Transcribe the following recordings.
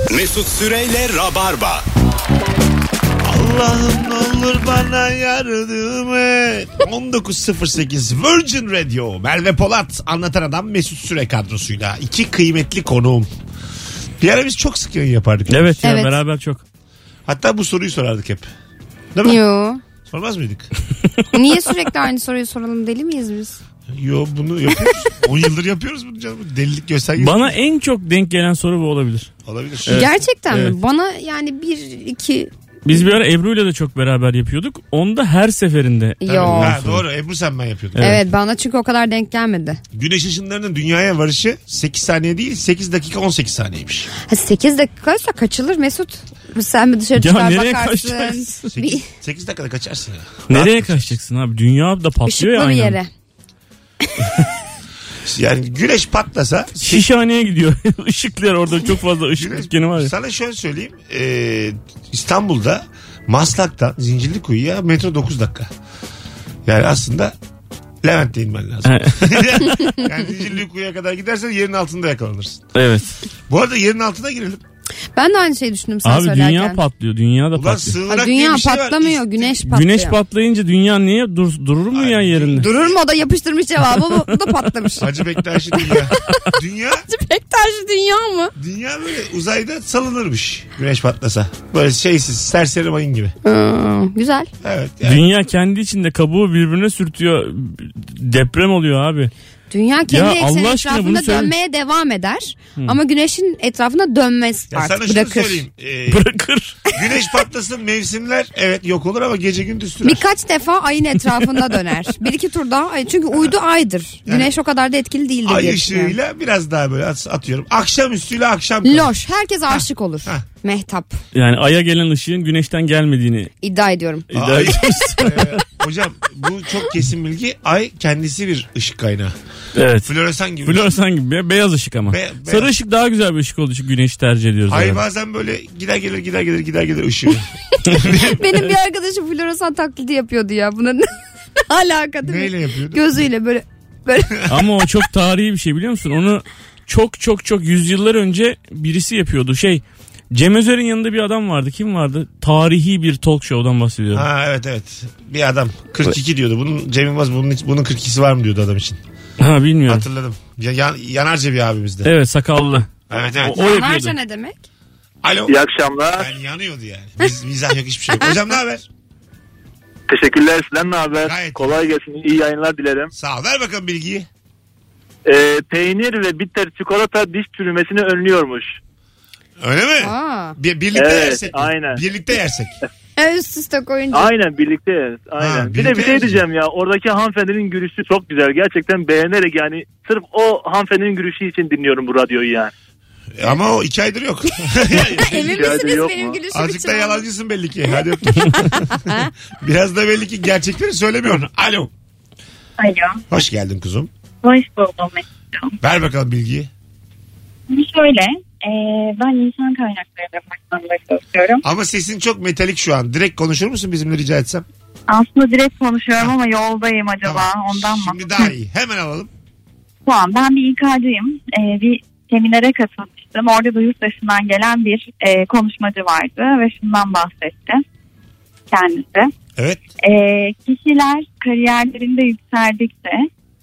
Mesut Süreyle Rabarba. Allah'ım ne olur bana yardım et. 19.08 Virgin Radio. Merve Polat, Anlatan Adam, Mesut Süre kadrosuyla. İki kıymetli konuğum. Bir ara biz çok sık yayın yapardık. Evet ya, Evet. beraber çok. Hatta bu soruyu sorardık hep. Değil mi? Yo. Sormaz mıydık? Niye sürekli aynı soruyu soralım, deli miyiz biz? Yo, bunu yapıyoruz. 10 yıldır yapıyoruz bunu canım. Delilik göstergesi. Bana en çok denk gelen soru bu olabilir. Olabilir. Evet. Gerçekten Evet. mi? Bana yani 1-2... Biz bir ara Ebru'yla da çok beraber yapıyorduk. Onda her seferinde. Yo. Ha, doğru. Ebru sen ben yapıyordum. Evet. Bana çünkü o kadar denk gelmedi. Güneş ışınlarının dünyaya varışı 8 saniye değil 8 dakika 18 saniyeymiş. 8 dakikaysa kaçılır Mesut. Sen mi dışarı Ya çıkar nereye bakarsın? kaçacaksın? 8 dakikada kaçarsın ya. Nereye kaçacaksın abi? Dünya da patlıyor Işıklı ya bir aynen. yere. Yani güneş patlasa Şişhaneye gidiyor. Işıklar orada çok fazla ışık dükkani var ya. sana şöyle söyleyeyim. İstanbul'da Maslak'tan Zincirlikuyu'ya metro 9 dakika. Yani aslında Levent'te inmen lazım. Yani Zincirlikuyu'ya kadar gidersen yerin altında yakalanırsın. Evet. Bu arada yerin altına girelim. Ben de aynı şeyi düşündüm sen Abi söylerken. dünya patlıyor. Dünya da Ulan patlıyor. sığınak Ha, diye dünya bir şey var. patlamıyor, güneş patlıyor. Güneş patlayınca dünya niye durur mu ya yerinde? Durur mu, o da yapıştırmış cevabı, bu da patlamış. Hacı Bektaş'ı dünya. Bektaşlı dünya mı? Dünya böyle uzayda salınırmış güneş patlasa. Böyle şeysiz serseri mayın gibi. Güzel. Evet. Yani. Dünya kendi içinde kabuğu birbirine sürtüyor. Deprem oluyor abi. Dünya kendi Ya ekseni Allah aşkına etrafında bunu söyle. dönmeye devam eder. Ama güneşin etrafında dönmez Ya sana artık, şunu bırakır. söyleyeyim. Bırakır. Güneş patlasın mevsimler evet yok olur ama gece gündüz sürer. Birkaç defa ayın etrafında döner. Bir iki tur daha ay. Çünkü uydu aydır. Güneş o kadar da etkili değildir Ay diye düşünüyorum. ışığıyla biraz daha böyle atıyorum. Akşam üstüyle akşam kalır. Loş. Herkes aşık olur. Ha. Mehtap. Yani aya gelen ışığın güneşten gelmediğini İddia ediyorum. iddia Ay, ediyoruz. hocam bu çok kesin bilgi. Ay kendisi bir ışık kaynağı. Evet. Floresan gibi. Floresan gibi ya, beyaz ışık ama. Beyaz. Sarı ışık daha güzel bir ışık olduğu için güneşi tercih ediyoruz. Ay yani. bazen böyle gider gelir ışığı. Benim bir arkadaşım floresan taklidi yapıyordu ya. Buna ne alaka değil mi? Neyle yapıyordu? Gözüyle böyle. Ama o çok tarihi bir şey biliyor musun? Onu çok yüzyıllar önce birisi yapıyordu. Cem Özer'in yanında bir adam vardı. Kim vardı? Tarihi bir talk show'dan bahsediyorum. Ha evet. Bir adam 42 diyordu. Bunun Cem Yılmaz bunun 42'si var mı diyordu adam için. Ha bilmiyorum. Hatırladım. Yanarca bir abimizdi. Evet, sakallı. Evet. O yapıyordu. Yanarca ne demek? Alo. İyi akşamlar. Yani yanıyordu yani. Mizah yok hiçbir şey yok. Hocam ne haber? Teşekkürler. Sizden ne haber? Gayet Kolay gelsin. İyi yayınlar dilerim. Sağ ol. Ver bakalım bilgiyi. Peynir ve bitter çikolata diş çürümesini önlüyormuş. Öyle mi? Aa. Birlikte Evet, yersek. aynen. Birlikte yersek. Üst üste koyunca. Aynen birlikte. Aynen. Ha, Bir birlikte de bir şey yeriz. diyeceğim ya. Oradaki hanımefendinin gülüşü çok güzel. Gerçekten beğenerek yani sırf o hanımefendinin gülüşü için dinliyorum bu radyoyu yani. Ama o 2 aydır yok. Emin Rica misiniz yok benim mu? gülüşüm Azıcık için? da yalancısın belli ki. Hadi öptüm. Biraz da belli ki gerçekleri söylemiyorsun. Alo. Alo. Hoş geldin kuzum. Hoş buldum Mesut'cum. Ver bakalım bilgiyi. Şöyle, ben insan kaynakları departmanında çalışıyorum. Ama sesin çok metalik şu an. Direkt konuşur musun bizimle rica etsem? Aslında direkt konuşuyorum ama yoldayım acaba ondan mı? Şimdi daha iyi. Hemen alalım. Tamam, ben bir İK'cıyım. Bir seminere katılmıştım. Orada da yurt dışından gelen bir konuşmacı vardı ve şundan bahsetti kendisi. Evet. Kişiler kariyerlerinde yükseldikçe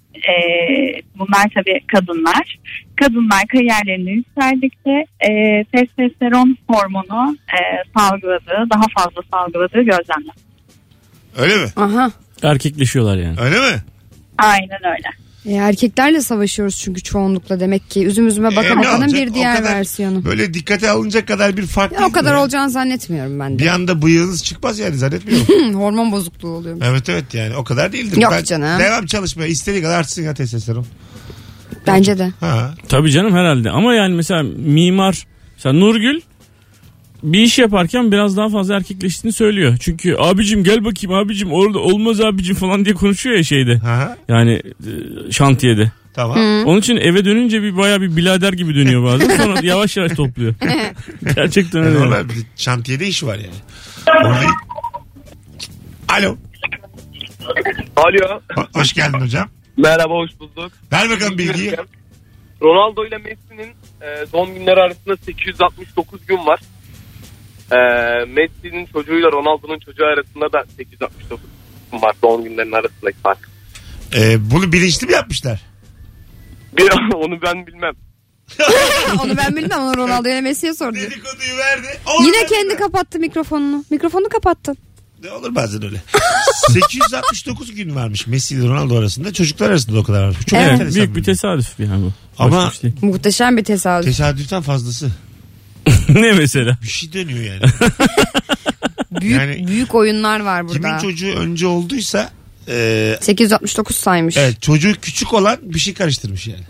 bunlar tabii kadınlar kariyerlerini yükseldikçe testosteron hormonu daha fazla salgıladığı gözlemlenmiş. Öyle mi? Aha. Erkekleşiyorlar yani. Öyle mi? Aynen öyle. Erkeklerle savaşıyoruz çünkü çoğunlukla, demek ki üzüme baka Ne bakanın olacak? bir O diğer kadar versiyonu. Böyle dikkate alınacak kadar bir fark Ya değil o kadar mi? olacağını zannetmiyorum ben de. Bir anda bıyığınız çıkmaz yani zannetmiyorum. Hormon bozukluğu oluyor. Evet yani o kadar değildir. Yok canım. Devam çalışmaya istediği kadar artsın ya testosteron. Bence de. Ha. Tabii canım herhalde. Ama yani mesela mimar, mesela Nurgül bir iş yaparken biraz daha fazla erkekleştiğini söylüyor. Çünkü abicim gel bakayım abicim orada olmaz abicim falan diye konuşuyor ya şeyde. Ha. Yani şantiyede. Tamam. Onun için eve dönünce bayağı bir birader gibi dönüyor bazen. Sonra yavaş yavaş topluyor. Gerçekten öyle. Normal bir şantiyede işi var yani. Alo. Alo. Hoş geldin hocam. Merhaba, hoş bulduk. Ver bakalım bilgiyi. Ronaldo ile Messi'nin doğum günleri arasında 869 gün var. Messi'nin çocuğuyla Ronaldo'nun çocuğu arasında da 869 gün var, doğum günlerinin arasındaki fark. Bunu bilinçli mi yapmışlar? Onu ben bilmem. Onu ben bilmem, onu Ronaldo ile Messi'ye sordu. Dedikoduyu verdi. Yine kendi kapattı mikrofonunu. Mikrofonu kapattın. Ne olur bazen öyle. 869 gün varmış Messi ile Ronaldo arasında. Çocuklar arasında da o kadar varmış. Çok Evet, büyük bir tesadüf yani bu. Ama şey. Muhteşem bir tesadüf. Tesadüften fazlası. Ne mesela? Bir şey dönüyor yani. Büyük oyunlar var burada. Kimin çocuğu önce olduysa 869 saymış. evet, çocuğu küçük olan bir şey karıştırmış yani.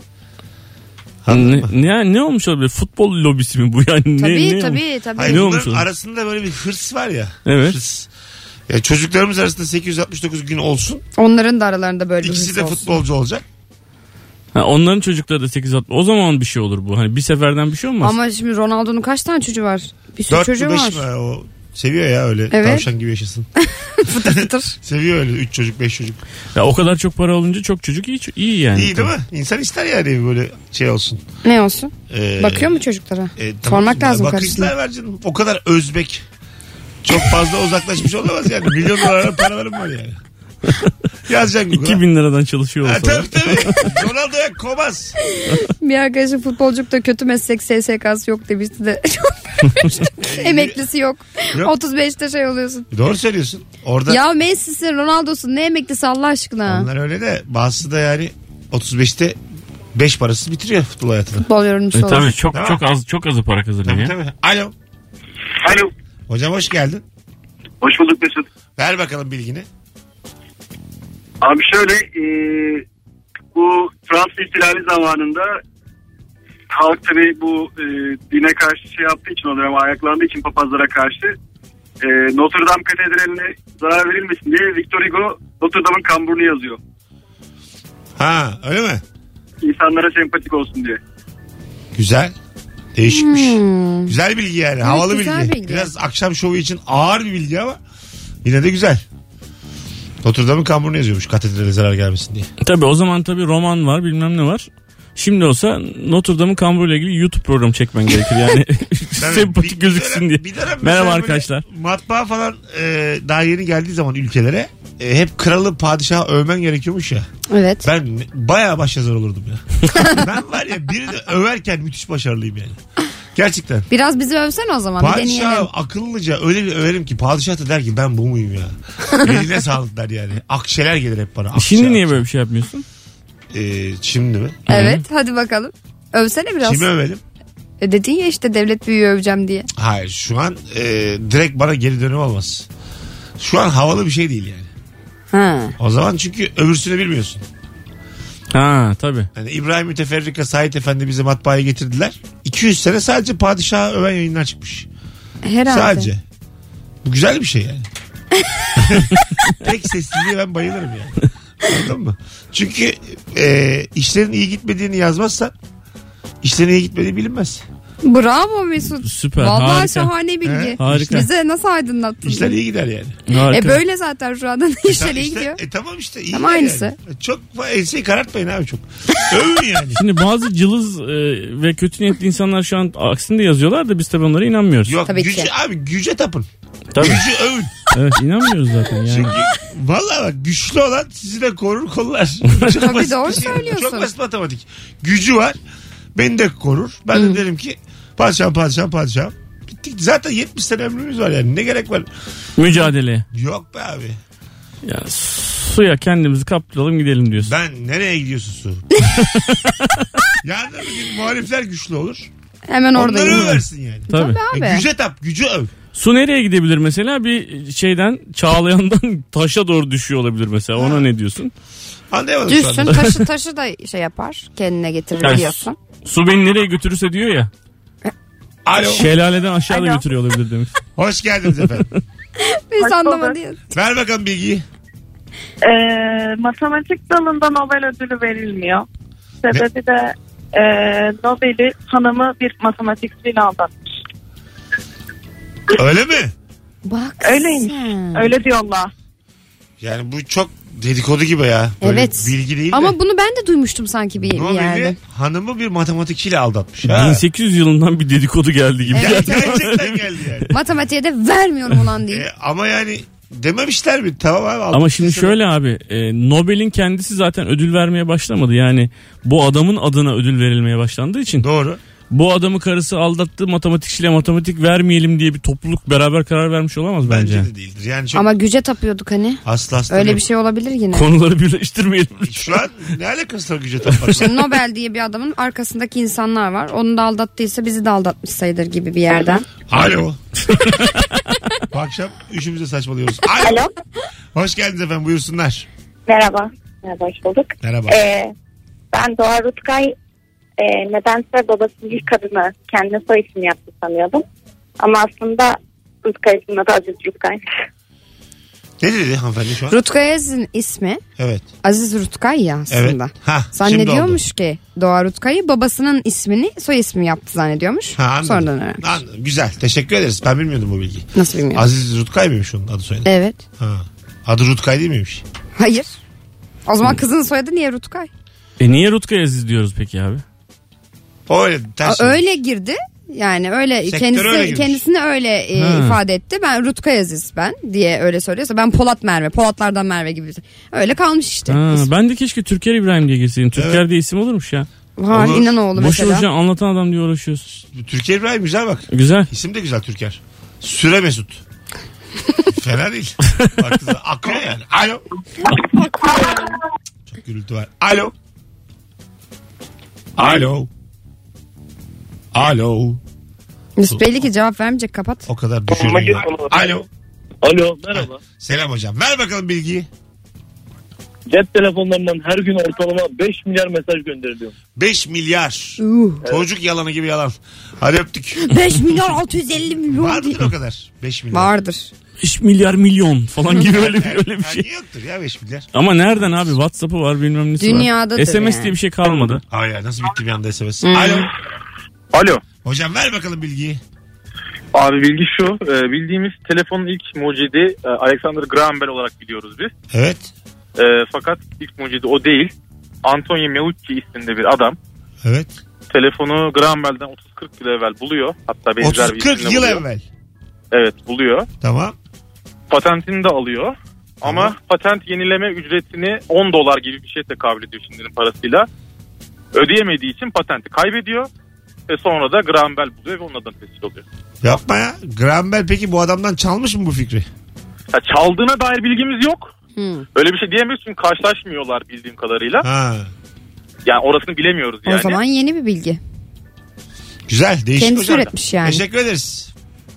Ne olmuş olabilir? Futbol lobisi mi bu yani? Tabii. Hayır, Ne bunların olmuş arasında böyle bir hırs var ya. Evet. Hırs. Ya çocuklarımız arasında 869 gün olsun. Onların da aralarında böyle bir İkisi hırs de olsun. futbolcu olacak. Onların çocukları da 8-60. O zaman bir şey olur bu. Hani bir seferden bir şey olmaz. Ama şimdi Ronaldo'nun kaç tane çocuğu var? Bir sürü 4 çocuğu mü 5 var. mi? O seviyor ya öyle. Evet. Tavşan gibi yaşasın. Fıtır fıtır. Seviyor öyle 3 çocuk 5 çocuk. Ya o kadar çok para olunca çok çocuk iyi yani. İyi değil mi? İnsan ister yani böyle şey olsun. Ne olsun? Ee, Bakıyor mu çocuklara? tamam. Sormak lazım Bakışlar karşısına. ver canım. O kadar Özbek. Çok fazla uzaklaşmış olamaz yani. Milyon dolara paralarım var yani. Yazacaksın Google'a. 2000 liradan çalışıyor olsa. Tabii. Ronaldo'ya komaz. Bir arkadaşım futbolculukta kötü meslek SSK'sı yok demişti de. Emeklisi yok. Yok. 35'te şey oluyorsun. Doğru söylüyorsun. Orada Ya Messi'sin, Ronaldo'sun, ne emeklisi Allah aşkına. onlar öyle de bazısı da yani 35'te 5 parasız bitiriyor futbol hayatını. Futbol yorumcusu olur. Tabii çok azı para kazanıyor. Tabii. Alo. Alo. Hocam hoş geldin. Hoş bulduk Mesut. Ver bakalım bilgini. Abi şöyle bu Fransız ihtilali zamanında halk tabii bu dine karşı şey yaptığı için, o dönem ayaklandığı için papazlara karşı Notre Dame katedraline zarar verilmesin diye Victor Hugo Notre Dame'ın kamburunu yazıyor. Ha öyle mi? İnsanlara sempatik olsun diye. Güzel. Değişikmiş. Güzel bilgi yani. Havalı güzel bilgi. Biraz akşam şovu için ağır bir bilgi ama yine de güzel. Notre Dame'ın kamburunu yazıyormuş katedrale zarar gelmesin diye. Tabii o zaman tabii roman var bilmem ne var. Şimdi olsa Notre Dame'ın kamburuyla ilgili YouTube programı çekmen gerekir yani. Sempatik gözüksün diye. Merhaba arkadaşlar. Matbaa falan daha yeni geldiği zaman ülkelere hep kralı padişahı övmen gerekiyormuş ya. Evet. Ben bayağı başyazar olurdum ya. Ben var ya birini överken müthiş başarılıyım yani. Gerçekten. Biraz bizi övsene o zaman. Bir deneyelim. Padişahı akıllıca öyle bir överim ki padişah da der ki ben bu muyum ya. Eline sağlık der yani. Akşeler gelir hep bana. Şimdi niye böyle bir şey yapmıyorsun? Şimdi mi? Evet, hadi bakalım. Övsene biraz. Kimi övelim? Dedin ya işte devlet büyüğü öveceğim diye. Hayır şu an direkt bana geri dönüm olmaz. Şu an havalı bir şey değil yani. Ha. O zaman çünkü öbürsünü bilmiyorsun. Ha tabii. Yani İbrahim Müteferrika Said Efendi bize matbaaya getirdiler. 200 sene sadece padişahı öven yayınlar çıkmış. Herhalde. Sadece. Bu güzel bir şey yani. Tek sessizliğe ben bayılırım yani. Anladın mı? Çünkü işlerin iyi gitmediğini yazmazsan işlerin iyi gitmediği bilinmez. Bravo Mesut. Süper. Vallahi harika. şahane bilgi. He? Harika. Bize nasıl aydınlattın? İşler iyi gider yani. Harika. Böyle zaten şu anda işler iyi İşte- gidiyor. tamam işte iyi. Ama gider aynısı. Yani. Çok enseyi karartmayın abi çok. Övün yani. Şimdi bazı cılız ve kötü niyetli insanlar şu an aksini de yazıyorlar da biz tabii onlara inanmıyoruz. Yok Tabii gücü ki. abi güce tapın. Tabii. Gücü övün. Evet inanmıyoruz zaten yani. Çünkü vallahi bak güçlü olan sizi de korur kollar. Çok Tabii basit doğru bir şey. söylüyorsun. Çok basit matematik. Gücü var. Beni de korur. Ben de derim ki padişahım. Bittik. Zaten 70 sene ömrümüz var yani. Ne gerek var? Mücadele. Yok be abi. Ya suya kendimizi kaptıralım gidelim diyorsun. Ben nereye gidiyorsun su? Yarın öbür gün muhalifler güçlü olur. Hemen Onları oradayım. översin yani. Tabii. Abi. Güce tap, gücü öv. Su nereye gidebilir mesela? Bir şeyden Çağlayan'dan taşa doğru düşüyor olabilir mesela. Ona ne diyorsun? Anlayamadım şu Düşsün anda. taşı da şey yapar. Kendine getirir Yani diyorsun. Su beni nereye götürürse diyor ya. Alo. Şelaleden aşağıda Alo. götürüyor olabilir demek. Hoş geldiniz efendim. Biz Hoş anlamadıyız. Ver bakalım bilgiyi. Matematik dalında Nobel ödülü verilmiyor. Sebebi de Nobel'i hanımı bir matematikçiyle aldatmış. Öyle mi? Bak Öyleymiş. sen. Öyle diyorlar. Yani bu çok dedikodu gibi ya. Böyle Evet. bilgi değil Ama de. bunu ben de duymuştum sanki bir yerde. Nobel'i hanımı bir matematikçiyle aldatmış. Ha. 1800 yılından bir dedikodu geldi gibi. Evet. Gerçekten geldi yani. Matematiğe de vermiyorum ulan diye. Ama yani dememişler mi? Tamam abi. Ama şimdi şöyle abi Nobel'in kendisi zaten ödül vermeye başlamadı. Yani bu adamın adına ödül verilmeye başlandığı için. Doğru. Bu adamı karısı aldattı, matematikçiyle matematik vermeyelim diye bir topluluk beraber karar vermiş olamaz bence. Bence de değildir. Yani çok Ama güce tapıyorduk hani. asla Öyle bir şey olabilir yine. Konuları birleştirmeyelim. Şu an ne alakası var güce tapmakla? İşte Nobel diye bir adamın arkasındaki insanlar var. Onu da aldattıysa bizi de aldatmış sayılır gibi bir yerden. Alo. Bu akşam üçümüz de saçmalıyoruz. Alo. Hoş geldiniz efendim, buyursunlar. Merhaba. Merhaba, hoş bulduk. Merhaba. Ben Doğa Rutkay nedense babasının ilk kadını kendine soy ismi yaptı sanıyordum. Ama aslında Rutkay isminin adı Aziz Rutkay. Ne dedi hanımefendi şu an? Rutkay Aziz'in ismi Evet. Aziz Rutkay ya aslında. Evet. Ha, Zannediyormuş ki Doğa Rutkay'ı babasının ismini soy ismi yaptı zannediyormuş. Ha, anladım. Sonradan öğrenmiş. Anladım. Güzel. Teşekkür ederiz. Ben bilmiyordum bu bilgiyi. Nasıl bilmiyorum. Aziz Rutkay mıymış onun adı soyadı? Evet. Ha. Adı Rutkay değil miymiş? Hayır. O zaman kızın soyadı niye Rutkay? Niye Rutkay Aziz diyoruz peki abi? O öyle ters. Öyle girdi. Yani öyle Sektör öyle girmiş. kendisini öyle ifade etti. Ben Rutkay Aziz ben diye öyle söylüyorsa ben Polat Merve, Polatlardan Merve gibi. Öyle kalmış işte. Ben de keşke Türker İbrahim diye girseydim. Türker diye isim olurmuş ya. Var Olur. İnanoğlu Boşu mesela. boşuna anlatan adam diye uğraşıyoruz. Türkiye İbrahim güzel bak. Güzel. İsim de güzel Türker. Süre Mesut. Fena değil. Baktığında akıyor yani. Alo. Çok gürültü var. Alo. Alo. Alo. Mesut belli ki cevap vermeyecek, kapat. O kadar düşürdüm ya. Alo. Alo, merhaba. Selam hocam. Ver bakalım bilgiyi. Cep telefonlarından her gün ortalama 5 milyar mesaj gönderiliyor. 5 milyar. Çocuk yalanı gibi yalan. Hadi öptük. 5 milyar 650 milyon Vardır değil. o kadar. 5 milyar. Vardır. 5 milyar milyon falan gibi öyle bir Yani şey. yoktur ya 5 milyar. Ama nereden abi? WhatsApp'ı var, bilmem nesi Dünyadadır var. SMS yani. diye bir şey kalmadı. Ay ya, nasıl bitti bir anda SMS. Alo. Alo. Hocam ver bakalım bilgiyi. Abi bilgi şu. Bildiğimiz telefonun ilk mucidi Alexander Graham Bell olarak biliyoruz biz. Evet. Fakat ilk mucidi o değil. Antonio Meucci isminde bir adam. Evet. Telefonu Graham Bell'den 30-40 yıl evvel buluyor. Hatta benzer bir 30-40 isimle yıl buluyor. evvel. Evet, buluyor. Tamam. Patentini de alıyor. Ama Tamam. patent yenileme ücretini $10 gibi bir şey tekabül ediyor şimdinin parasıyla. Ödeyemediği için patenti kaybediyor. Ve sonra da Graham Bell buluyor ve onun adına tescil oluyor. Yapma ya. Graham Bell peki bu adamdan çalmış mı bu fikri? Ya çaldığına dair bilgimiz yok. Hmm. Öyle bir şey diyemeyiz çünkü karşılaşmıyorlar bildiğim kadarıyla. Ha. Yani orasını bilemiyoruz yani. O zaman yeni bir bilgi. Güzel. Değişik Kendisi hocam. üretmiş yani. Teşekkür ederiz.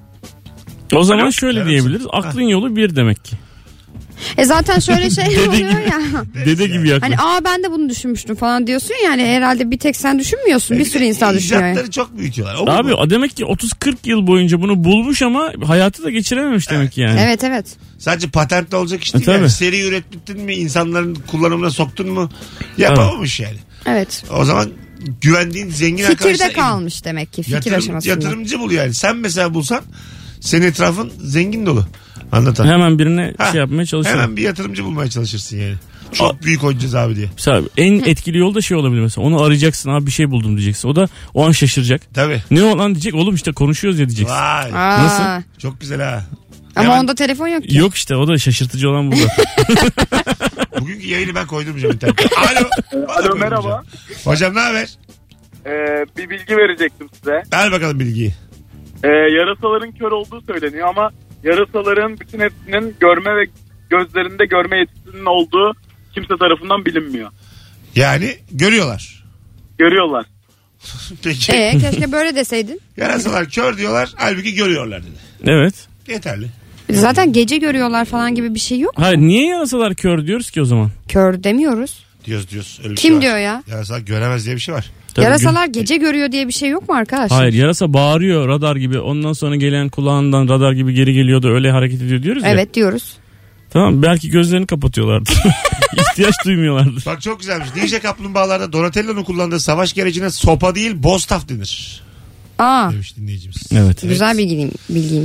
O zaman şöyle Evet. diyebiliriz. Aklın yolu bir demek ki. Zaten şöyle şey oluyor ya. Dede gibi yaklaşık. Hani ben de bunu düşünmüştüm falan diyorsun yani herhalde bir tek sen düşünmüyorsun. Bir sürü insan düşünüyor. İcatları çok büyütüyorlar. O Abi mu? o demek ki 30-40 yıl boyunca bunu bulmuş ama hayatı da geçirememiş demek ki yani. Evet evet. Sadece patentle olacak iş değil. tabii. Yani seri ürettin mi, insanların kullanımına soktun mu, yapamamış yani. Evet. O zaman güvendiğin zengin Fikirde arkadaşlar kalmış demek ki fikir aşamasında. yatırımcı bul yani. Sen mesela bulsan senin etrafın zengin dolu. Anlatan. Hemen birine Ha, şey yapmaya çalışıyorum. Hemen bir yatırımcı bulmaya çalışırsın yani. Çok büyük oynayacağız abi diye. Mesela en etkili yol da şey olabilir mesela. Onu arayacaksın, abi bir şey buldum diyeceksin. O da o an şaşıracak. Tabii. Ne o lan diyecek, oğlum işte konuşuyoruz ya diyeceksin. Vay. Aa, Nasıl? Çok güzel ha. ama Hemen onda telefon yok ki. Yok işte, o da şaşırtıcı olan bu da. bugünkü yayını ben koydurmayacağım internete. Alo. Alo, merhaba. Hocam ne haber? Bir bilgi verecektim size. Ver bakalım bilgiyi. Yarasaların kör olduğu söyleniyor ama yarasaların bütün hepsinin görme ve gözlerinde görme yetisinin olduğu kimse tarafından bilinmiyor. Yani görüyorlar. Görüyorlar. Peki. Keşke böyle deseydin. Yarasalar kör diyorlar, halbuki görüyorlar dedi. Evet. Yeterli. Zaten gece görüyorlar falan gibi bir şey yok. Hayır, niye yarasalar kör diyoruz ki o zaman? Kör demiyoruz. Diyoruz. Öyle bir Kim şey var. diyor ya? Yarasalar göremez diye bir şey var. Tabii Yarasalar gece görüyor diye bir şey yok mu arkadaşlar? Hayır, yarasa bağırıyor radar gibi, ondan sonra gelen kulağından radar gibi geri geliyor da öyle hareket ediyor diyoruz ya. Evet diyoruz. Tamam, belki gözlerini kapatıyorlardır. İhtiyaç duymuyorlardır. Bak çok güzelmiş. Ninja Kaplumbağalarda Donatello'nun kullandığı savaş gerecine sopa değil boztaf denir. Aa, Demiş dinleyicimiz. Evet. güzel bilgiymiş.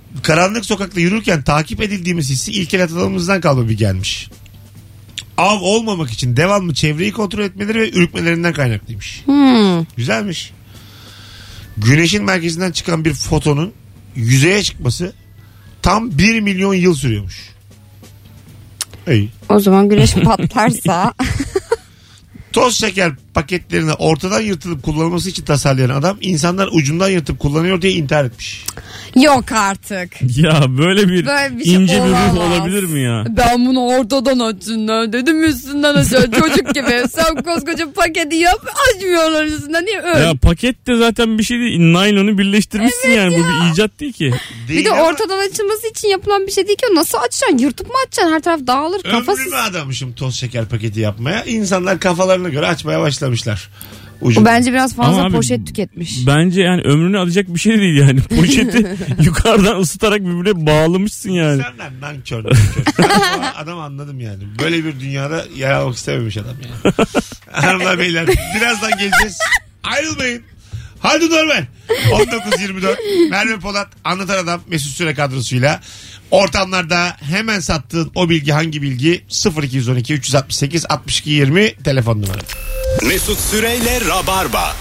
karanlık sokakta yürürken takip edildiğimiz hissi ilkel atalarımızdan kalma bir gelmiş. Av olmamak için devamlı çevreyi kontrol etmeleri ve ürkmelerinden kaynaklıymış. Güzelmiş. Güneşin merkezinden çıkan bir fotonun yüzeye çıkması tam 1 milyon yıl sürüyormuş. İyi. O zaman güneş patlarsa. Toz şeker paketlerini ortadan yırtılıp kullanılması için tasarlayan adam insanlar ucundan yırtıp kullanıyor diye intihar etmiş. Yok artık. Ya böyle bir şey ince bir ruh olamaz. olabilir mi ya? Ben bunu ortadan açın dedim, üstünden açın çocuk gibi. Sen koskoca paketi yap, açmıyorlar üstünden, niye öyle? Ya paket de zaten bir şey değil. Naylonu birleştirmişsin yani. Bu bir icat değil ki. Değil Bir de ama ortadan açılması için yapılan bir şey değil ki. Nasıl açacaksın? Yırtıp mı açacaksın? Her taraf dağılır. Kafasız. ömrümü adamışım toz şeker paketi yapmaya. İnsanlar kafalarına göre açmaya başlamışlar. O bence biraz fazla Ama abi, poşet tüketmiş. Bence yani ömrünü alacak bir şey değil yani. Poşeti yukarıdan ısıtarak birbirine bağlamışsın yani. İnsanlar nankör. Adam anladım yani. Böyle bir dünyada yer almak istememiş adam yani. Hanımlar beyler birazdan geleceğiz. Ayrılmayın. Hadi normal. 19.24 Merve Polat Anlatan Adam Mesut Süre kadrosuyla ortamlarda hemen sattığın o bilgi hangi bilgi? 0212 368 62 20 telefon numara. Mesut Süreyle Rabarba.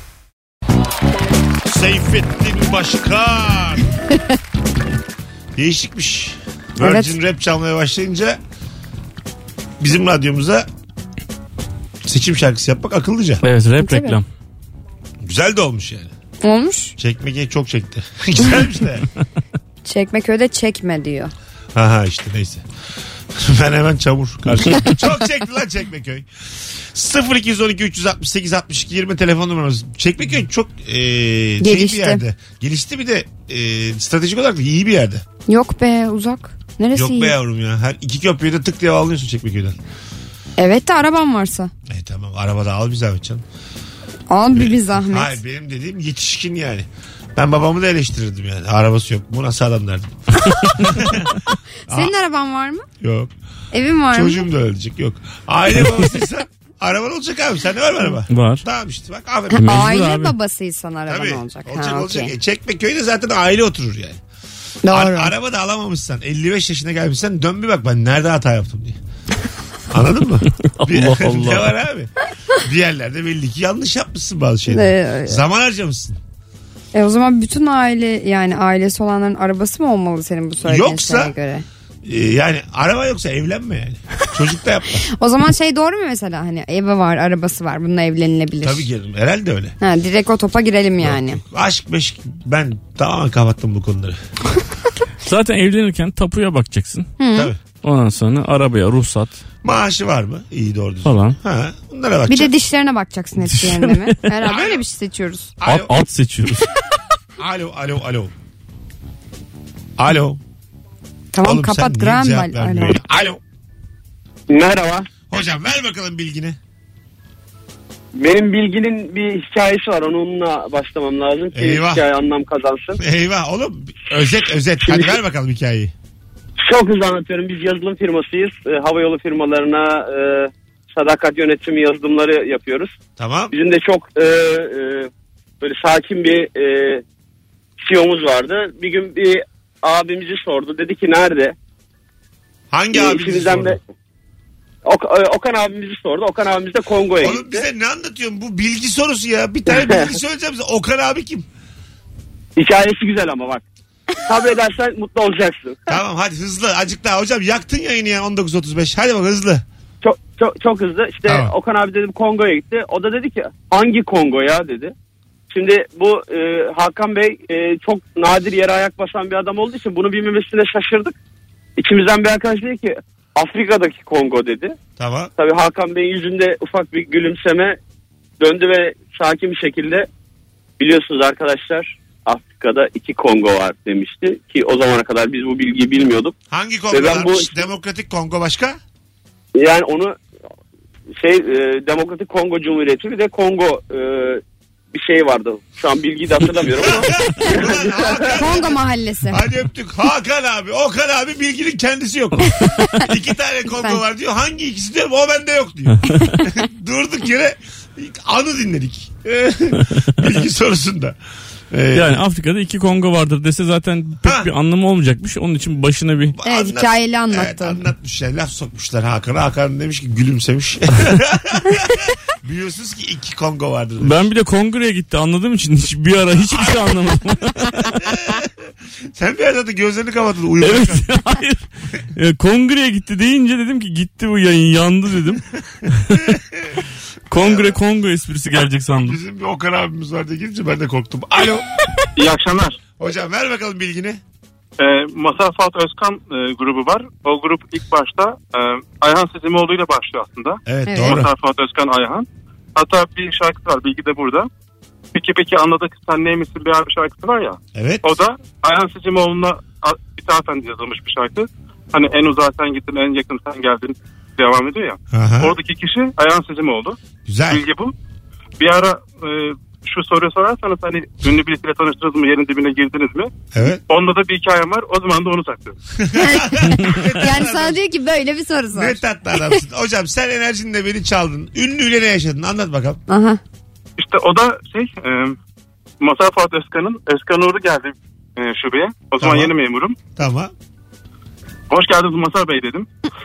Seyfettin Başkan. Değişikmiş. Virgin Rap çalmaya başlayınca bizim radyomuza seçim şarkısı yapmak akıllıca. Evet, rap Tabii. reklam. Güzel de olmuş yani. Olmuş. Çekmekeye çok çekti. Güzelmiş de. Çekmeköy'de çekme diyor. Aha işte neyse. Ben hemen çamur karşı. Çok çekti lan Çekmeköy. 0212 368 62 20 telefon numaramız. Çekmeköy çok Gelişti. bir yerde. Gelişti bir de stratejik olarak da iyi bir yerde. Yok be, uzak. Neresi Yok iyi? be yavrum ya. Her iki köprüyü de tık diye bağlanıyorsun Çekmeköy'den. Evet de araban varsa. Tamam arabada al bir zahmet canım. Al bir zahmet. Hayır benim dediğim yetişkin yani. Ben babamı da eleştirirdim yani. Arabası yok. Bu nasıl adam derdim. Senin araban var mı? Yok. Evin var mı? Çocuğum da ölecek. Yok. Aile babasıysan araban olacak abi. Sende var mı araba? Var. Tamam işte bak aferin. Mecbur Aile abi. babasıysan araban Tabii. olacak. Olacak Ha, olacak. okey. Çekmeköy'de zaten aile oturur yani. Doğru. Araba da alamamışsan 55 yaşına gelmişsen dön bir bak ben nerede hata yaptım diye. Anladın mı? Allah Allah. Ne var abi? Bir yerlerde belli ki yanlış yapmışsın bazı şeyler. Zaman harcamışsın. O zaman bütün aile, yani ailesi olanların arabası mı olmalı senin bu söylediğin Yoksa- şeye göre? Yani araba yoksa evlenme yani. Çocuk da yapma. O zaman şey doğru mu mesela, hani evi var, arabası var, bununla evlenilebilir. Tabii ki herhalde öyle. Ha, direkt o topa girelim yani. Aşk meşk ben tamamen kapattım bu konuları. Zaten evlenirken tapuya bakacaksın. Tabii. Ondan sonra arabaya ruhsat Maaşı var mı? İyi doğru düzgün. falan. Ha, bunlara Bir bakacaksın. de dişlerine bakacaksın hepsi yerine mi? Herhalde öyle bir şey seçiyoruz. At, at seçiyoruz. Alo. Alo. Tamam Oğlum, sen kapat niye Graham cevap Bell. vermiyorsun? Alo. Merhaba. Hocam ver bakalım bilgini. Benim bilginin bir hikayesi var. Onunla başlamam lazım ki Eyvah. hikaye anlam kazansın. Eyvah oğlum. Özet. Hadi ver bakalım hikayeyi. Çok hızlı anlatıyorum. Biz yazılım firmasıyız. Havayolu firmalarına sadakat yönetimi yazılımları yapıyoruz. Tamam. Bizim de çok böyle sakin bir CEO'muz vardı. Bir gün bir abimizi sordu. Dedi ki nerede? Hangi abimizi İçimizden sordu? de- Okan abimizi sordu. Okan abimiz de Kongo'ya Oğlum gitti. bize ne anlatıyorsun? Bu bilgi sorusu ya. Bir tane bilgi söyleyeceğim size. Okan abi kim? Hikayesi güzel ama bak. Sabredersen mutlu olacaksın. Tamam hadi hızlı. Azıcık daha. Hocam yaktın yayını ya 19.35. Hadi bak hızlı. Çok hızlı. İşte Tamam. Okan abi dedi Kongo'ya gitti. O da dedi ki hangi Kongo ya dedi. Şimdi bu Hakan Bey çok nadir yere ayak basan bir adam olduğu için bunu bilmemesine şaşırdık. İçimizden bir arkadaş dedi ki Afrika'daki Kongo dedi. Tamam. Tabii Hakan Bey'in yüzünde ufak bir gülümseme döndü ve sakin bir şekilde biliyorsunuz arkadaşlar Afrika'da 2 Kongo var demişti. Ki o zamana kadar biz bu bilgiyi bilmiyorduk. Hangi Kongo Ve ben bu- varmış? Demokratik Kongo başka? Yani onu Demokratik Kongo Cumhuriyeti bir de Kongo bir şey vardı. Şu an bilgiyi de hatırlamıyorum ama. Ulan Hakan. Kongo mahallesi. Hadi öptük. Hakan abi. Okan abi bilginin kendisi yok. 2 tane Kongo var diyor. Hangi ikisi diyor? O bende yok diyor. Durduk yere anı dinledik. Bilgi sorusunda. Yani Afrika'da 2 Kongo vardır dese zaten pek bir anlamı olmayacakmış. Onun için başına bir... Evet, hikayeli anlattı. Evet, anlatmış yani, laf sokmuşlar Hakan'a. Hakan demiş ki gülümsemiş. Biliyorsunuz ki 2 Kongo vardır demiş. Ben bir de Kongre'ye gitti anladığım için hiçbir ara hiçbir şey anlamadım. Sen bir arada da gözlerini kapattın uyumaktan. Evet, hayır. Kongre'ye gitti deyince dedim ki gitti bu yayın, yandı dedim. Kongo esprisi gelecek sandım. Bizim bir Okan abimiz vardı gelince ben de korktum. Alo. İyi akşamlar. Hocam ver bakalım bilgini. Mazhar Fuat Özkan grubu var. O grup ilk başta Ayhan Sezimoğlu ile başlıyor aslında. Evet, Evet. doğru. Mazhar Fuat Özkan Ayhan. Hatta bir şarkısı var, bilgi de burada. Peki anladık sen neymişsin bir abi şarkısı var ya. Evet. O da Ayhan Sezimoğlu'na ithafen yazılmış bir şarkı. Hani en uzağa sen gittin, en yakın sen geldin devam ediyor ya. Aha. Oradaki kişi Ayhan Sezimoğlu. Güzel. Bilgi bu. Bir ara şu soruyu sorarsanız hani ünlü birisiyle tanıştınız mı, yerin dibine girdiniz mi? Evet. Onunla da bir hikayem var. O zaman da onu saklıyorum. Yani sana diyor ki böyle bir soru sor. Ne tatlı adamsın. Hocam sen enerjinle beni çaldın. Ünlüyle ne yaşadın? Anlat bakalım. Aha. İşte o da Mazhar Fuat Özkan'ın Özkan Uğur'u geldi şubeye. O zaman Tamam. yeni memurum. Tamam. Hoş geldiniz Mazhar Bey dedim.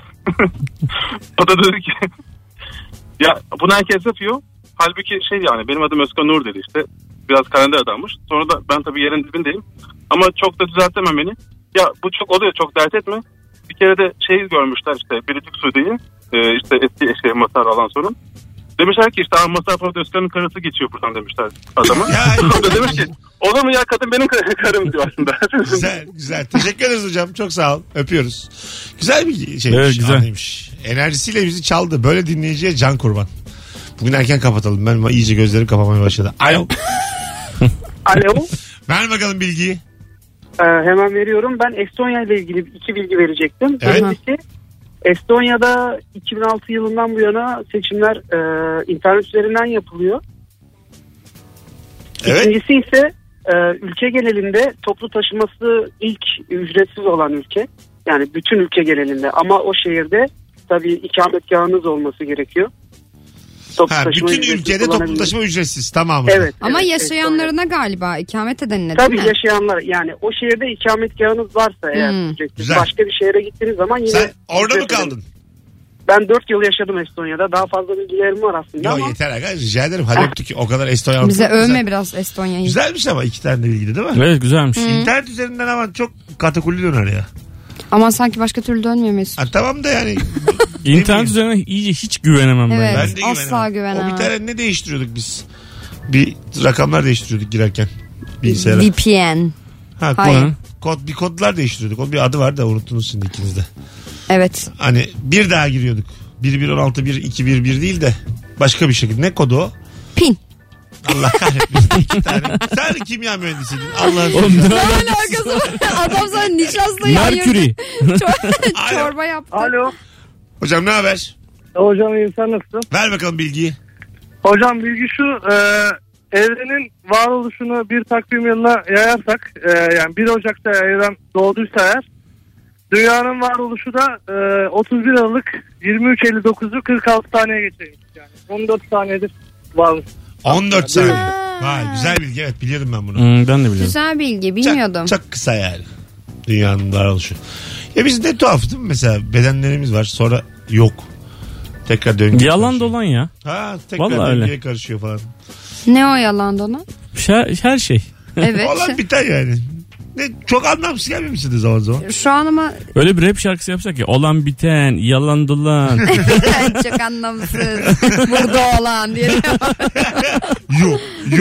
O da dedi ki ya bunu herkes yapıyor. Halbuki yani benim adım Özkan Uğur dedi işte. Biraz kalender adammış. Sonra da ben tabii yerin dibindeyim. Ama çok da düzeltemem beni. Ya bu çok oluyor, çok dert etme. Bir kere de görmüşler işte Biricik Sude'yi. İşte eski eşeği Mazhar alan sorun. Demişler ki işte Mazhar Fuat Özkan'ın karısı geçiyor buradan demişler adama. O da demiş ki olur mu ya, kadın benim karım diyor aslında. Güzel. Teşekkür ederiz hocam. Çok sağ ol. Öpüyoruz. Güzel bir şeymiş. Evet, güzel. Anıymış. Enerjisiyle bizi çaldı. Böyle dinleyiciye can kurban. Bugün erken kapatalım. Ben iyice gözlerim kapamaya başladı. Alo. Alo. Ver bakalım bilgiyi. Hemen veriyorum. Ben Estonya ile ilgili 2 bilgi verecektim. Evet. Birincisi, Estonya'da 2006 yılından bu yana seçimler internet üzerinden yapılıyor. Evet. İkincisi ise ülke genelinde toplu taşıması ilk ücretsiz olan ülke. Yani bütün ülke genelinde, ama o şehirde tabii ikametgahınız olması gerekiyor. Bütün ülkede toplu taşıma ücretsiz. Tamam. Evet. Ama evet, yaşayanlarına galiba ikamet edenine tabii değil mi? yaşayanlar, yani o şehirde ikametgahınız varsa eğer ücretsiz. Güzel. Başka bir şehre gittiğiniz zaman yine Sen orada mı ücret kaldın? ödediniz. Ben 4 yıl yaşadım Estonya'da. Daha fazla bilgilerim var aslında Yok ama. yeter aga, rica ederim. Hadi öptük. O kadar Estonya. Bize Güzel. övme biraz Estonya'yı. Güzelmiş ama 2 tane de bilgili değil mi? Evet, güzelmiş. İnternet üzerinden ama çok katakulli döner ya. Ama sanki başka türlü dönmüyor Mesut. Ha, tamam da yani. İnternet üzerine iyice hiç güvenemem ben. Evet. Ben de Asla güvenemem. O bir tane ne değiştiriyorduk biz? Bir rakamlar değiştiriyorduk girerken bilgisayara. VPN. Ha, Hayır. bir kodlar değiştiriyorduk. O bir adı var da unuttunuz şimdi ikiniz de. Evet. Hani bir daha giriyorduk. 11161211 değil de başka bir şekilde. Ne kodu o? Pin. Allah kahretmesin. 2 tane. Sen kimya mühendisiydin. Allah'ım. Oğlum, Ne alakası var? Adam sana nişastayı Mercury. Çorba yaptı. Alo. Hocam ne haber? Hocam insan nasılsın? Ver bakalım bilgiyi. Hocam bilgi şu. Evrenin varoluşunu bir takvim yılına yayarsak, yani 1 Ocak'ta evren doğduysa eğer, dünyanın varoluşu da 31 Aralık 23.59'u 46 saniyeye geçecek. Yani 14 saniyedir varmış. 14 saniye. Vay, güzel bilgi. Evet, biliyordum ben bunu. Ben de biliyorum. Güzel bilgi, bilmiyordum. Çok kısa yani. Dünyanın varoluşu. Ya biz ne tuhaf değil mi? Mesela bedenlerimiz var, sonra yok. Tekrar döngüye Yalan karışıyor. dolan ya. Ha, tekrar Vallahi döngüye öyle. karışıyor falan. Ne o yalan dona? Her şey. Evet. Olan biter yani. Ne, çok anlamsız gelmiyor mu size zaman zaman? Şu an ama Öyle bir rap şarkısı yapsak ya. Olan biten, yalan dolan. çok anlamsız. Burada olan diye. Yok.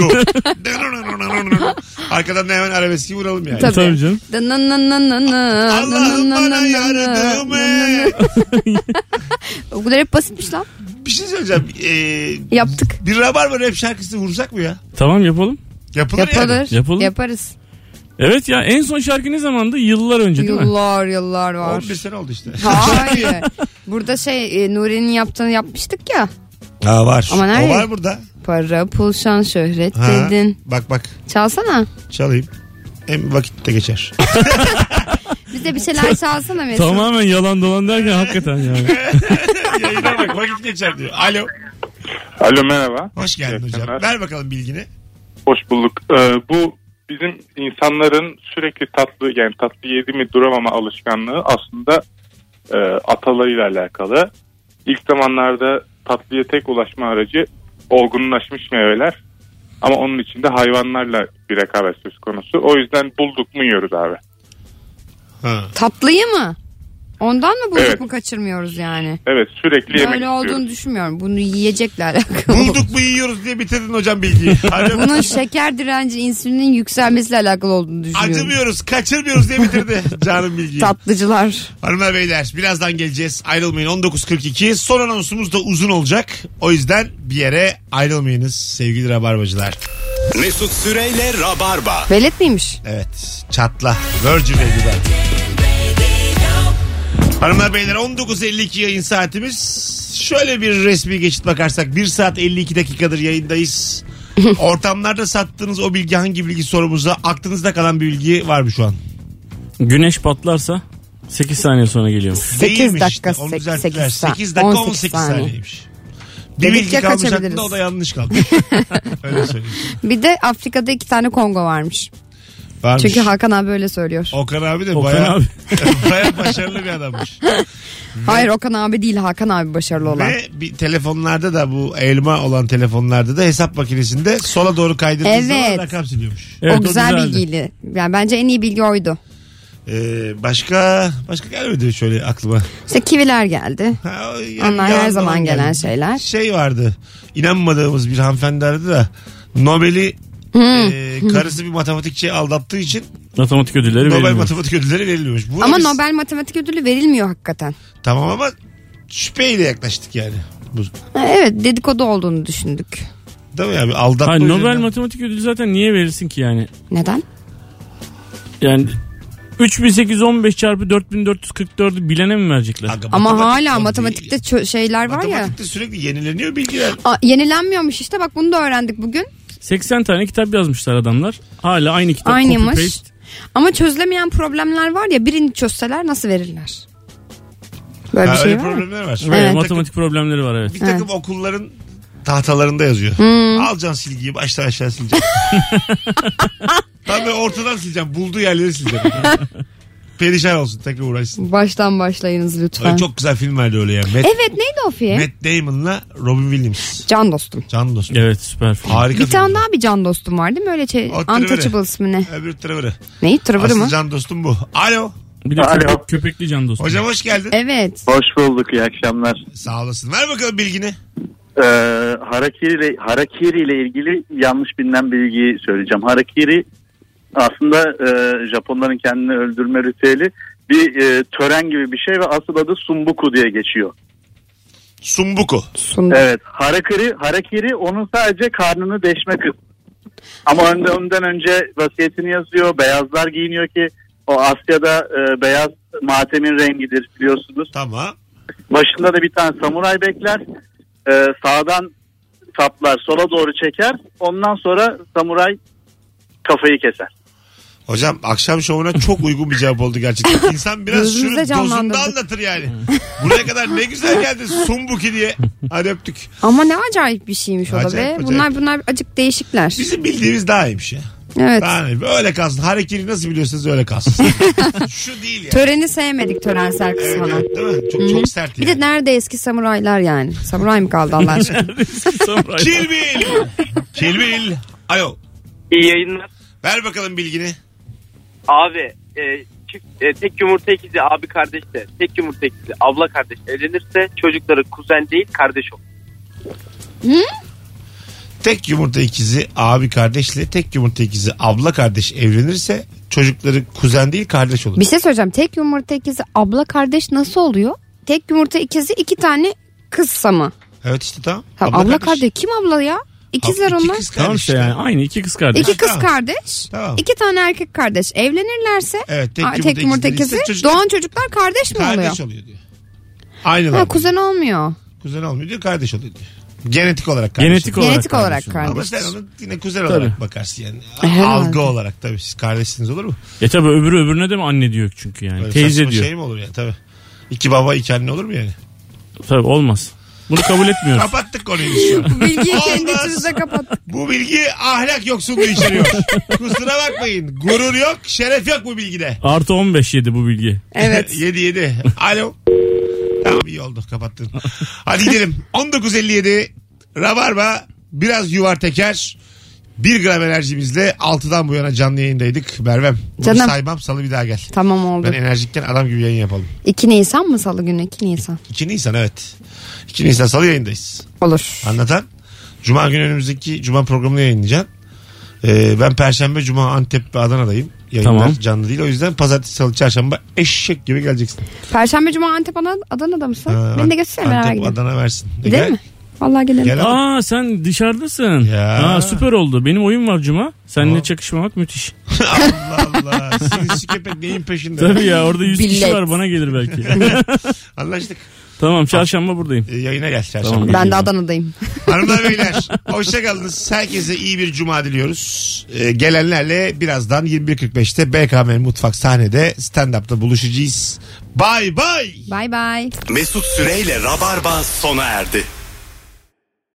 Arkadan da hemen arabeski vuralım yani. Tabii. Tabii canım. Allah'ım bana yardım et. O kadar hep basitmiş lan. Bir şey söyleyeceğim. Yaptık. Bir rabarba rap şarkısı vursak mı ya? Tamam, yapalım. Yapılır yani. Yapılır. Yapalım. Yaparız. Evet ya, en son şarkı ne zamandı? Yıllar önce değil mi? Yıllar var. 11 sene oldu işte. Hayır. Burada Nuri'nin yaptığını yapmıştık ya. Ha, var. Ama nerede? O var burada. Para, pul, şan, şöhret Ha, dedin. bak. Çalsana. Çalayım. Hem vakit de geçer. Bize bir şeyler çalsana Mesut. Tamamen yalan dolan derken hakikaten yani. Yayına bak, vakit geçer diyor. Alo. Alo, merhaba. Hoş geldin İyi hocam. akşamlar. Ver bakalım bilgini. Hoş bulduk. Bu bizim insanların sürekli tatlı yedi mi duramama alışkanlığı aslında atalarıyla alakalı. İlk zamanlarda tatlıya tek ulaşma aracı olgunlaşmış meyveler. Ama onun içinde hayvanlarla bir rekabet söz konusu. O yüzden bulduk mu yiyoruz abi. Ha. Tatlıyı mı? Ondan mı bulduk Evet. mu kaçırmıyoruz yani? Evet, sürekli yemek Böyle istiyoruz. olduğunu düşünmüyorum. Bunu yiyecekle alakalı. Bulduk mu yiyoruz diye bitirdin hocam bilgiyi. Bunun şeker direnci, insülinin yükselmesiyle alakalı olduğunu düşünüyorum. Acımıyoruz, kaçırmıyoruz diye bitirdi canım bilgiyi. Tatlıcılar. Hanımlar beyler birazdan geleceğiz. Ayrılmayın. 19.42. Son anonsumuz da uzun olacak. O yüzden bir yere ayrılmayınız sevgili rabarbacılar. Mesut Süreyle Rabarba. Velet miymiş? Evet. Çatla. Virgin Radio'da. Hanımlar beyler 19.52 yayın saatimiz. Şöyle bir resmi geçit bakarsak 1 saat 52 dakikadır yayındayız. Ortamlarda sattığınız o bilgi hangi bilgi sorumuza, aklınızda kalan bir bilgi var mı şu an? Güneş patlarsa 8 saniye sonra geliyor. 8 dakika, Onu 8 düzelttiler. saat. 8 dakika 18 18 saniye. saniyeymiş. Bir Dedik bilgi ya, kalmış kaçabiliriz. aklında, o da yanlış kalmış. Öyle söyleyeyim. Bir de Afrika'da 2 tane Kongo varmış. Varmış. Çünkü Hakan abi öyle söylüyor. Okan abi de Okan bayağı, abi. bayağı başarılı bir adammış. Hayır, Okan abi değil, Hakan abi başarılı olan. Ve bir telefonlarda da, bu elma olan telefonlarda da hesap makinesinde sola doğru kaydırdığınız zaman Evet. rakam siliyormuş. Evet, o güzel güzeldi. bilgiydi. Yani bence en iyi bilgi oydu. Başka gelmedi şöyle aklıma. İşte kiviler geldi. Yani Onlar her yalan zaman falan gelen geldi. şeyler. Şey vardı. İnanmadığımız bir hanımefendi aradı da Nobel'i karısı bir matematikçiye aldattığı için Matematik ödülleri Nobel verilmiyor. matematik ödülleri verilmiyormuş. Buna Ama biz- Nobel Matematik Ödülü verilmiyor hakikaten. Tamam ama şüpheyle yaklaştık yani. Ha, evet, dedikodu olduğunu düşündük. Değil mi yani? Aldatma Hayır, Nobel üzerinden- Matematik Ödülü zaten niye verilsin ki yani? Neden? Yani 3815 çarpı 4444'ü bilene mi verecekler? Aga, Ama matematik hala o matematikte değil. şeyler var ya. Matematikte sürekli yenileniyor bilgiler. Yenilenmiyormuş işte, bak bunu da öğrendik bugün. 80 tane kitap yazmışlar adamlar. Hala aynı kitap. Aynıymış. Copy paste. Ama çözülemeyen problemler var ya, birini çözseler nasıl verirler? Böyle bir şey öyle var mı? problemler var. Ve Evet. matematik problemleri var, evet. Bir takım okulların tahtalarında yazıyor. Alacaksın silgiyi baştan aşağı sileceksin. Tabii ortadan sileceğim. Bulduğu yerleri sileceğim. Perişan olsun, tekrar uğraşsın. Baştan başlayınız lütfen. Öyle çok güzel film vardı öyle ya. Evet, neydi o film? Matt Damon'la Robin Williams. Can dostum. Can dostum. Evet, süper film. Harika Bir film. tane daha bir can dostum var değil mi? Öyle şey. O Trevor'ı. Untouchables mı ne? Öbür Trevor'ı. Neyi? Trevor'ı Asıl mı? can dostum bu. Alo. Bir de Alo. köpekli can dostum. Hocam hoş geldin. Evet. Hoş bulduk, iyi akşamlar. Sağ olasın. Ver bakalım bilgini. Harakiri ile ilgili yanlış bilinen bilgiyi söyleyeceğim. Harakiri aslında Japonların kendini öldürme ritüeli bir tören gibi bir şey ve asıl adı Sumbuku diye geçiyor. Sumbuku. Evet, harakiri onun sadece karnını deşme kısmı. Ama ondan önce vasiyetini yazıyor. Beyazlar giyiniyor ki o Asya'da beyaz matemin rengidir biliyorsunuz. Tamam. Başında da bir tane samuray bekler. Sağdan saplar, sola doğru çeker. Ondan sonra samuray kafayı keser. Hocam akşam şovuna çok uygun bir cevap oldu gerçekten. İnsan biraz şunu Gözümüzde dozunda canlandırdık. anlatır yani. Buraya kadar ne güzel geldi Sumbuki diye. Hadi öptük. Ama ne acayip bir şeymiş o da Acayip, be. acayip. Bunlar acık değişikler. Bizim bildiğimiz daha iyiymiş ya. Evet. Daha ne? Öyle kalsın. Hareketi nasıl biliyorsanız öyle kalsın. Şu değil ya. Töreni sevmedik, törensel Evet, kısmını. evet, değil mi? Çok sert Bir yani. de nerede eski samuraylar yani? Samuray mı kaldı Allah aşkına? Kill Bill. Kill Bill. Alo. İyi yayınlar. Ver bakalım bilgini. Abi tek yumurta ikizi abi kardeşle tek yumurta ikizi abla kardeş evlenirse çocukları kuzen değil kardeş olur. Tek yumurta ikizi abi kardeşle tek yumurta ikizi abla kardeş evlenirse çocukları kuzen değil kardeş olur. Bir şey söyleyeceğim. Tek yumurta ikizi abla kardeş nasıl oluyor? Tek yumurta ikizi 2 tane kızsa mı? Evet işte tamam. Abla kardeş. Kim abla ya? İkizler İki onlar. kız Tamam kardeş işte yani aynı iki kız kardeş. 2 kız Tamam. kardeş. Tamam. 2 tane erkek kardeş evlenirlerse Evet, tek yumurta ikizi doğan çocuklar kardeş mi oluyor? Kardeş oluyor diyor. Aynılar. Ha, kuzen olmuyor. Kuzen olmuyor diyor, kardeş oluyor diyor. Genetik olarak kardeş. Genetik oluyor. Genetik olarak kardeş. Ama kardeş. sen onu yine kuzen Tabii. olarak bakarsın yani. Herhalde. Algı olarak tabii siz kardeşsiniz, olur mu? Tabii öbürüne de mi anne diyor çünkü yani. Böyle Teyze saçma diyor. şey mi olur ya tabii. 2 baba 2 anne olur mu yani? Tabii olmaz. Bunu kabul etmiyoruz. Kapattık konuyu biz şu an. Bilgiyi kendi Olmaz. içimize kapattık. Bu bilgi ahlak yoksunluğu içeriyor. Kusura bakmayın. Gurur yok, şeref yok bu bilgide. Artı 15 yedi bu bilgi. Evet. 7. Alo. Tamam iyi oldu kapattın. Hadi gidelim. 19.57 Rabarba biraz yuvar teker. 1 gram enerjimizle 6'dan bu yana canlı yayındaydık. Mervem. Bunu Canım. saymam salı bir daha gel. Tamam oldu. Ben enerjikken adam gibi yayın yapalım. 2 Nisan mı salı günü? 2 Nisan. 2 Nisan evet. 2 Nisan salı yayındayız. Olur. Anlatan. Cuma günü önümüzdeki Cuma programını yayınlayacağım. Ben Perşembe, Cuma Antep ve Adana'dayım. Yayınlar Tamam. canlı değil. O yüzden Pazartesi, Salı, Çarşamba eşek gibi geleceksin. Perşembe, Cuma, Antep, Adana'da mısın? Beni de götürsene beraber Antep, gidelim. Adana versin. Gidelim mi? Vallahi gidelim. Gel ama. Aa sen dışarıdasın. Ya. Süper oldu. Benim oyun var Cuma. Seninle Tamam. çakışmamak müthiş. Allah Allah. Sinsi köpek neyin peşinde? Tabii ya orada 100 kişi Billet. var bana gelir belki. Anlaştık. Tamam çarşamba buradayım. Yayına gel Çarşamba. Tamam. Ben de Adana'dayım. Hanımlar beyler hoşçakalınız. Herkese iyi bir cuma diliyoruz. Gelenlerle birazdan 21.45'te BKM Mutfak sahnede stand-up'ta buluşacağız. Bye bye. Bye bye. Mesut Süreyle Rabarba sona erdi.